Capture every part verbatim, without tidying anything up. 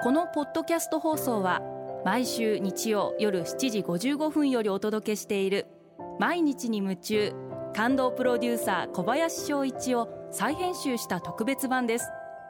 このポッドキャスト放送は毎週日曜夜しちじごじゅうごふんよりお届けしている毎日に夢中感動プロデューサー小林翔一を再編集した特別版です。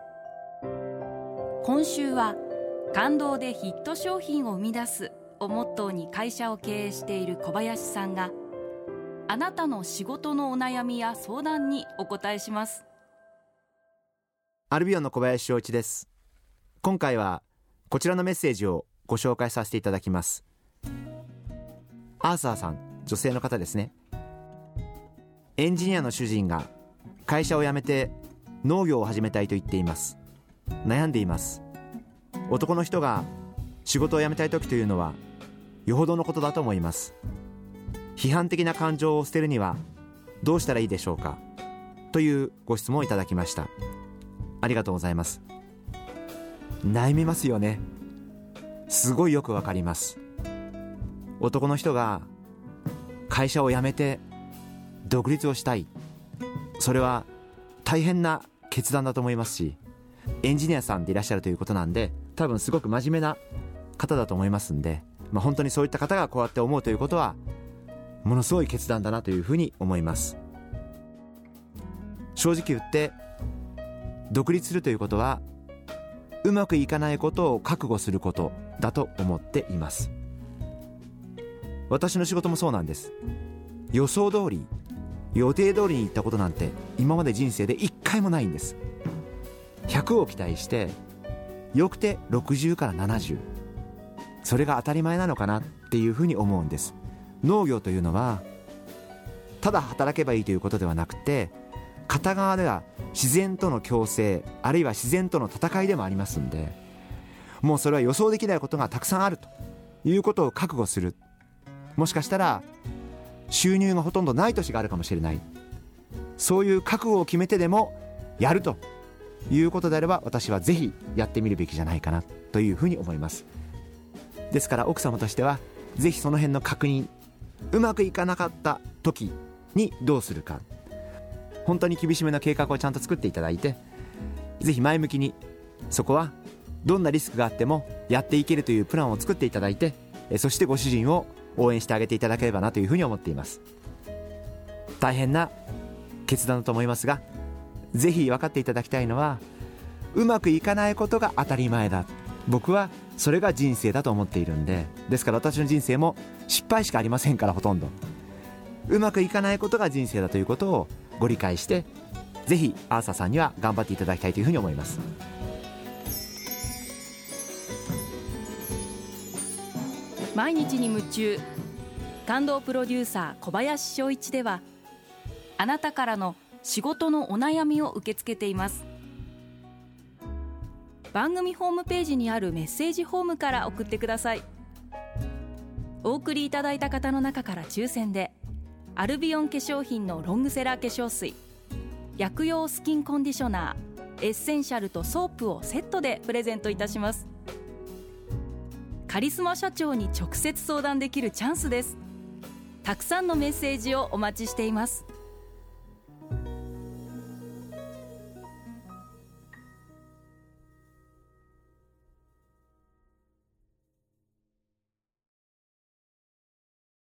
今週は感動でヒット商品を生み出すをモットーに会社を経営している小林さんがあなたの仕事のお悩みや相談にお答えします。 アルビオンの小林翔一です。今回はこちらのメッセージをご紹介させていただきます。アーサーさん、女性の方ですね。エンジニアの主人が会社を辞めて農業を始めたいと言っています。悩んでいます。男の人が仕事を辞めたい時というのはよほどのことだと思います。批判的な感情を捨てるにはどうしたらいいでしょうか、というご質問をいただきました。ありがとうございます。悩みますよね。すごいよくわかります。男の人が会社を辞めて独立をしたい、それは大変な決断だと思いますし、エンジニアさんでいらっしゃるということなんで、多分すごく真面目な方だと思いますんで、まあ、本当にそういった方がこうやって思うということはものすごい決断だなというふうに思います。正直言って独立するということはうまくいかないことを覚悟することだと思っています。私の仕事もそうなんです。予想通り予定通りにいったことなんて今まで人生で一回もないんです。ひゃくを期待してよくてろくじゅうからななじゅう、それが当たり前なのかなっていうふうに思うんです。農業というのはただ働けばいいということではなくて、片側では自然との共生、あるいは自然との戦いでもありますんで、もうそれは予想できないことがたくさんあるということを覚悟する。もしかしたら収入がほとんどない年があるかもしれない。そういう覚悟を決めてでもやるということであれば、私はぜひやってみるべきじゃないかなというふうに思います。ですから奥様としてはぜひその辺の確認、うまくいかなかった時にどうするか、本当に厳しめな計画をちゃんと作っていただいて、ぜひ前向きにそこはどんなリスクがあってもやっていけるというプランを作っていただいて、そしてご主人を応援してあげていただければなというふうに思っています。大変な決断だと思いますが、ぜひ分かっていただきたいのは、うまくいかないことが当たり前だ。僕はそれが人生だと思っているんで、ですから私の人生も失敗しかありませんから、ほとんどうまくいかないことが人生だということをご理解して、ぜひアーサーさんには頑張っていただきたいというふうに思います。 毎日に夢中感動プロデューサー小林翔一では、あなたからの仕事のお悩みを受け付けています。番組ホームページにあるメッセージフォームから送ってください。お送りいただいた方の中から抽選でアルビオン化粧品のロングセラー化粧水、薬用スキンコンディショナー、エッセンシャルとソープをセットでプレゼントいたします。カリスマ社長に直接相談できるチャンスです。たくさんのメッセージをお待ちしています。